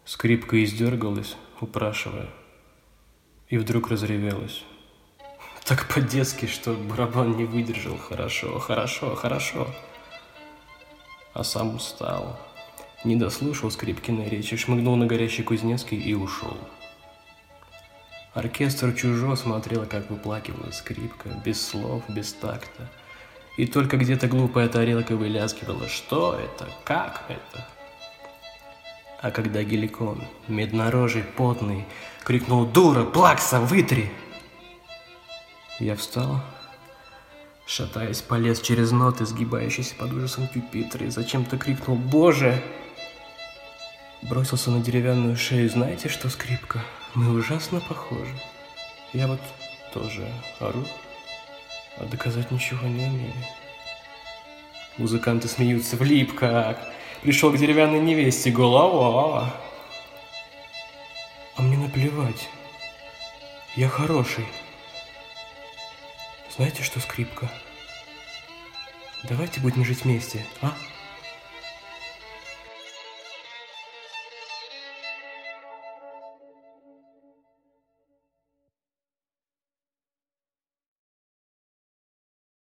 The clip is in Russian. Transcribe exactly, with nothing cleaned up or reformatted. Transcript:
Скрипка издергалась, упрашивая, и вдруг разревелась. Так по-детски, что барабан не выдержал. Хорошо, хорошо, хорошо. А сам устал. Не дослушал Скрипкиной речи, шмыгнул на горящий Кузнецкий и ушел. Оркестр чужо смотрел, как выплакивала скрипка, без слов, без такта. И только где-то глупая тарелка вылязгивала: что это, как это? А когда Геликон, меднорожий, потный, крикнул: дура, плакса, вытри! Я встал, шатаясь, полез через ноты, сгибающийся под ужасом пюпитра, и зачем-то крикнул: «Боже!» Бросился на деревянную шею. Знаете что, скрипка, мы ужасно похожи. Я вот тоже ору, а доказать ничего не умею. Музыканты смеются. Влип как! Пришел к деревянной невесте, голова. А мне наплевать. Я хороший. Знаете что, скрипка? Давайте будем жить вместе, а?